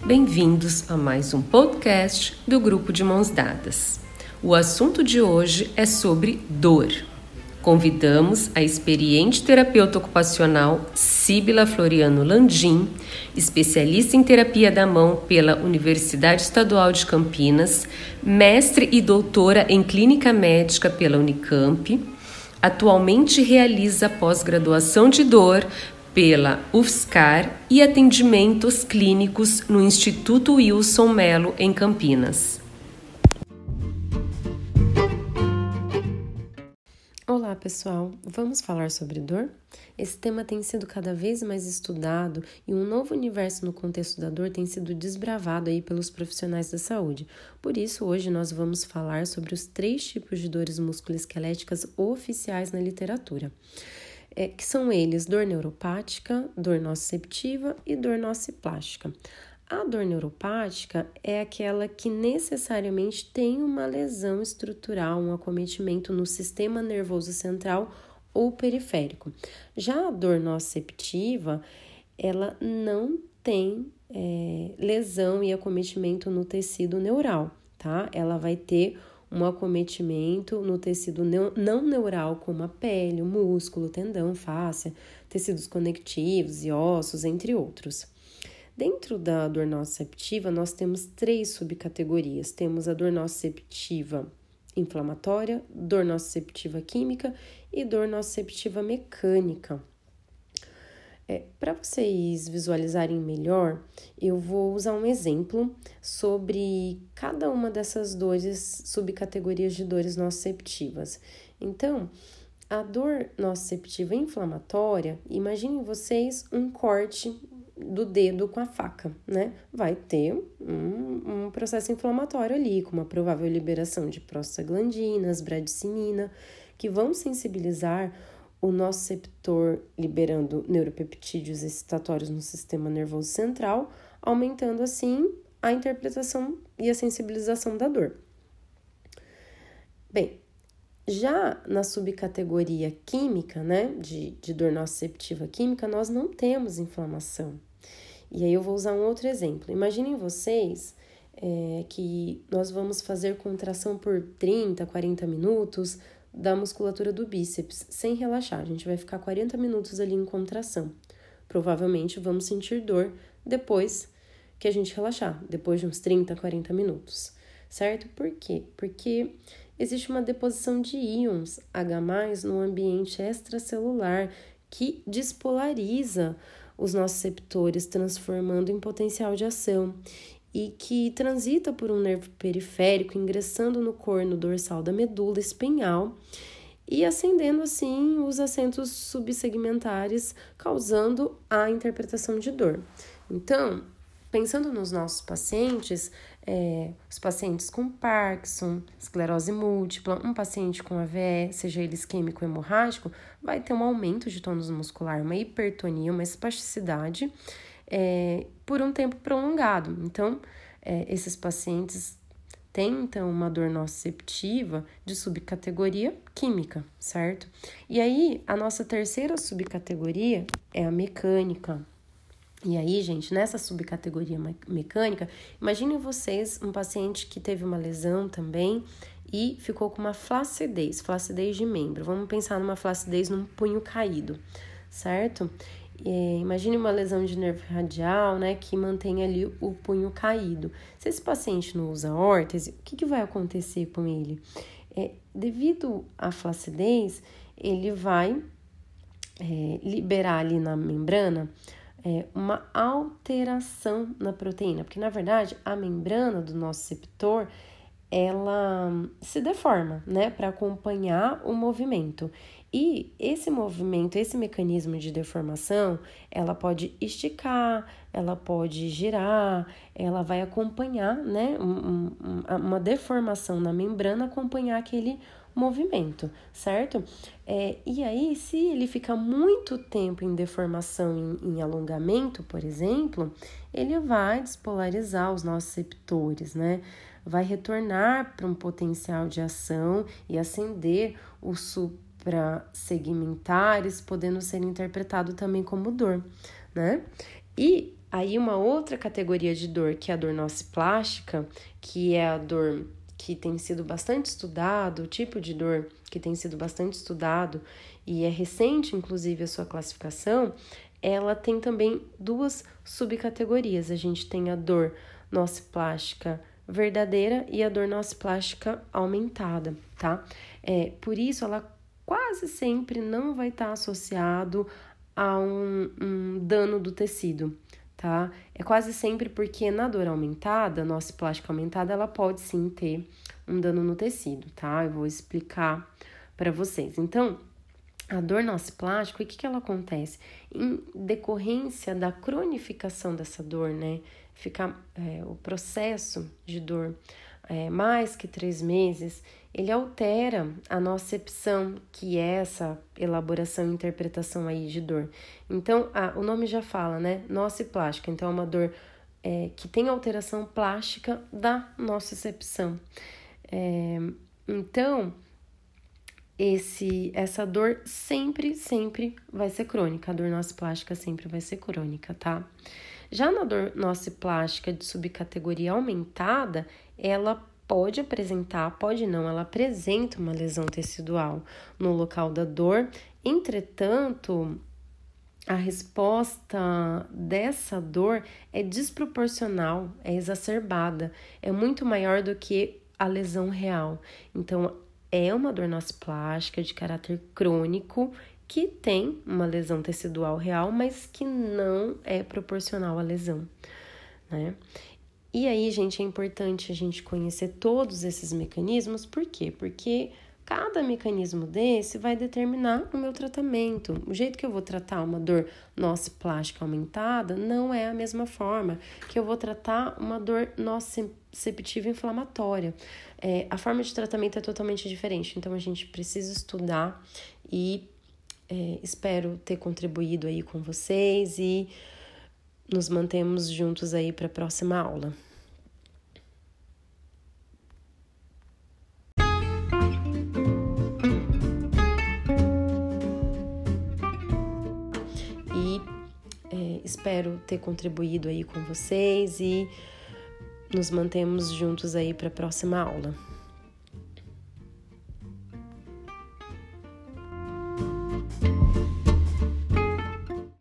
Bem-vindos a mais um podcast do Grupo de Mãos Dadas. O assunto de hoje é sobre dor. Convidamos a experiente terapeuta ocupacional Síbila Floriano Landim, especialista em terapia da mão pela Universidade Estadual de Campinas, mestre e doutora em clínica médica pela Unicamp. Atualmente realiza pós-graduação de dor pela UFSCar e atendimentos clínicos no Instituto Wilson Mello, em Campinas. Olá pessoal, vamos falar sobre dor? Esse tema tem sido cada vez mais estudado e um novo universo no contexto da dor tem sido desbravado aí pelos profissionais da saúde. Por isso, hoje nós vamos falar sobre os 3 tipos de dores musculoesqueléticas oficiais na literatura. Que são eles dor neuropática, dor nociceptiva e dor nociplástica. A dor neuropática é aquela que necessariamente tem uma lesão estrutural, um acometimento no sistema nervoso central ou periférico. Já a dor nociceptiva, ela não tem lesão e acometimento no tecido neural, tá? Ela vai ter um acometimento no tecido não neural, como a pele, o músculo, o tendão, fáscia, tecidos conectivos e ossos, entre outros. Dentro da dor nociceptiva, nós temos 3 subcategorias. Temos a dor nociceptiva inflamatória, dor nociceptiva química e dor nociceptiva mecânica. Para vocês visualizarem melhor, eu vou usar um exemplo sobre cada uma dessas subcategorias de dores nociceptivas. Então, a dor nociceptiva inflamatória, imaginem vocês um corte do dedo com a faca, né? Vai ter um processo inflamatório ali, com uma provável liberação de prostaglandinas, bradicinina, que vão sensibilizar o nociceptor, liberando neuropeptídeos excitatórios no sistema nervoso central, aumentando assim a interpretação e a sensibilização da dor. Bem, já na subcategoria química, né, de dor nociceptiva química, nós não temos inflamação. E aí eu vou usar um outro exemplo. Imaginem vocês que nós vamos fazer contração por 30, 40 minutos da musculatura do bíceps, sem relaxar. A gente vai ficar 40 minutos ali em contração. Provavelmente vamos sentir dor depois que a gente relaxar, depois de uns 30, 40 minutos, certo? Por quê? Porque existe uma deposição de íons H+, no ambiente extracelular que despolariza os nociceptores, transformando em potencial de ação e que transita por um nervo periférico, ingressando no corno dorsal da medula espinhal e acendendo assim os assentos subsegmentares, causando a interpretação de dor. Então, pensando nos nossos pacientes, os pacientes com Parkinson, esclerose múltipla, um paciente com AVE, seja ele isquêmico ou hemorrágico, vai ter um aumento de tônus muscular, uma hipertonia, uma espasticidade por um tempo prolongado. Então, esses pacientes têm, então, uma dor nociceptiva de subcategoria química, certo? E aí, a nossa terceira subcategoria é a mecânica. E aí, gente, nessa subcategoria mecânica, imaginem vocês um paciente que teve uma lesão também e ficou com uma flacidez de membro. Vamos pensar numa flacidez num punho caído, certo? Imagine uma lesão de nervo radial, né, que mantém ali o punho caído. Se esse paciente não usa órtese, o que vai acontecer com ele? Devido à flacidez, ele vai liberar ali na membrana uma alteração na proteína, porque na verdade a membrana do nociceptor ela se deforma, né, para acompanhar o movimento. E esse movimento, esse mecanismo de deformação, ela pode esticar, ela pode girar, ela vai acompanhar, né, uma deformação na membrana, acompanhar aquele movimento, certo? E aí, se ele fica muito tempo em deformação, em alongamento, por exemplo, ele vai despolarizar os nociceptores, né? Vai retornar para um potencial de ação e acender os suprassegmentares, podendo ser interpretado também como dor, né? E Aí uma outra categoria de dor, que é a dor nociplástica, que é a dor que tem sido bastante estudado, o tipo de dor que tem sido bastante estudado e é recente, inclusive, a sua classificação, ela tem também duas subcategorias. A gente tem a dor nociplástica verdadeira e a dor nociplástica aumentada, tá? Por isso, ela quase sempre não vai estar associado a um dano do tecido, tá? É quase sempre porque na dor aumentada, nociplástica aumentada, ela pode sim ter um dano no tecido, tá? Eu vou explicar para vocês. Então, a dor nociplástica, o que ela acontece? Em decorrência da cronificação dessa dor, né? O processo de dor mais que 3 meses, ele altera a nocepção, que é essa elaboração e interpretação aí de dor. Então, o nome já fala, né? Nociplástica. Então, é uma dor que tem alteração plástica da nocicepção. Então, essa dor sempre vai ser crônica. A dor nociplástica sempre vai ser crônica, tá? Já na dor nociplástica de subcategoria aumentada, ela pode não, ela apresenta uma lesão tecidual no local da dor. Entretanto, a resposta dessa dor é desproporcional, é exacerbada, é muito maior do que a lesão real. Então, é uma dor nociplástica de caráter crônico que tem uma lesão tecidual real, mas que não é proporcional à lesão, né? E aí, gente, é importante a gente conhecer todos esses mecanismos. Por quê? Porque cada mecanismo desse vai determinar o meu tratamento. O jeito que eu vou tratar uma dor nociplástica aumentada não é a mesma forma que eu vou tratar uma dor nociceptiva inflamatória. A forma de tratamento é totalmente diferente, então a gente precisa estudar e espero ter contribuído aí com vocês e nos mantemos juntos aí para a próxima aula. Espero ter contribuído aí com vocês e nos mantemos juntos aí para a próxima aula.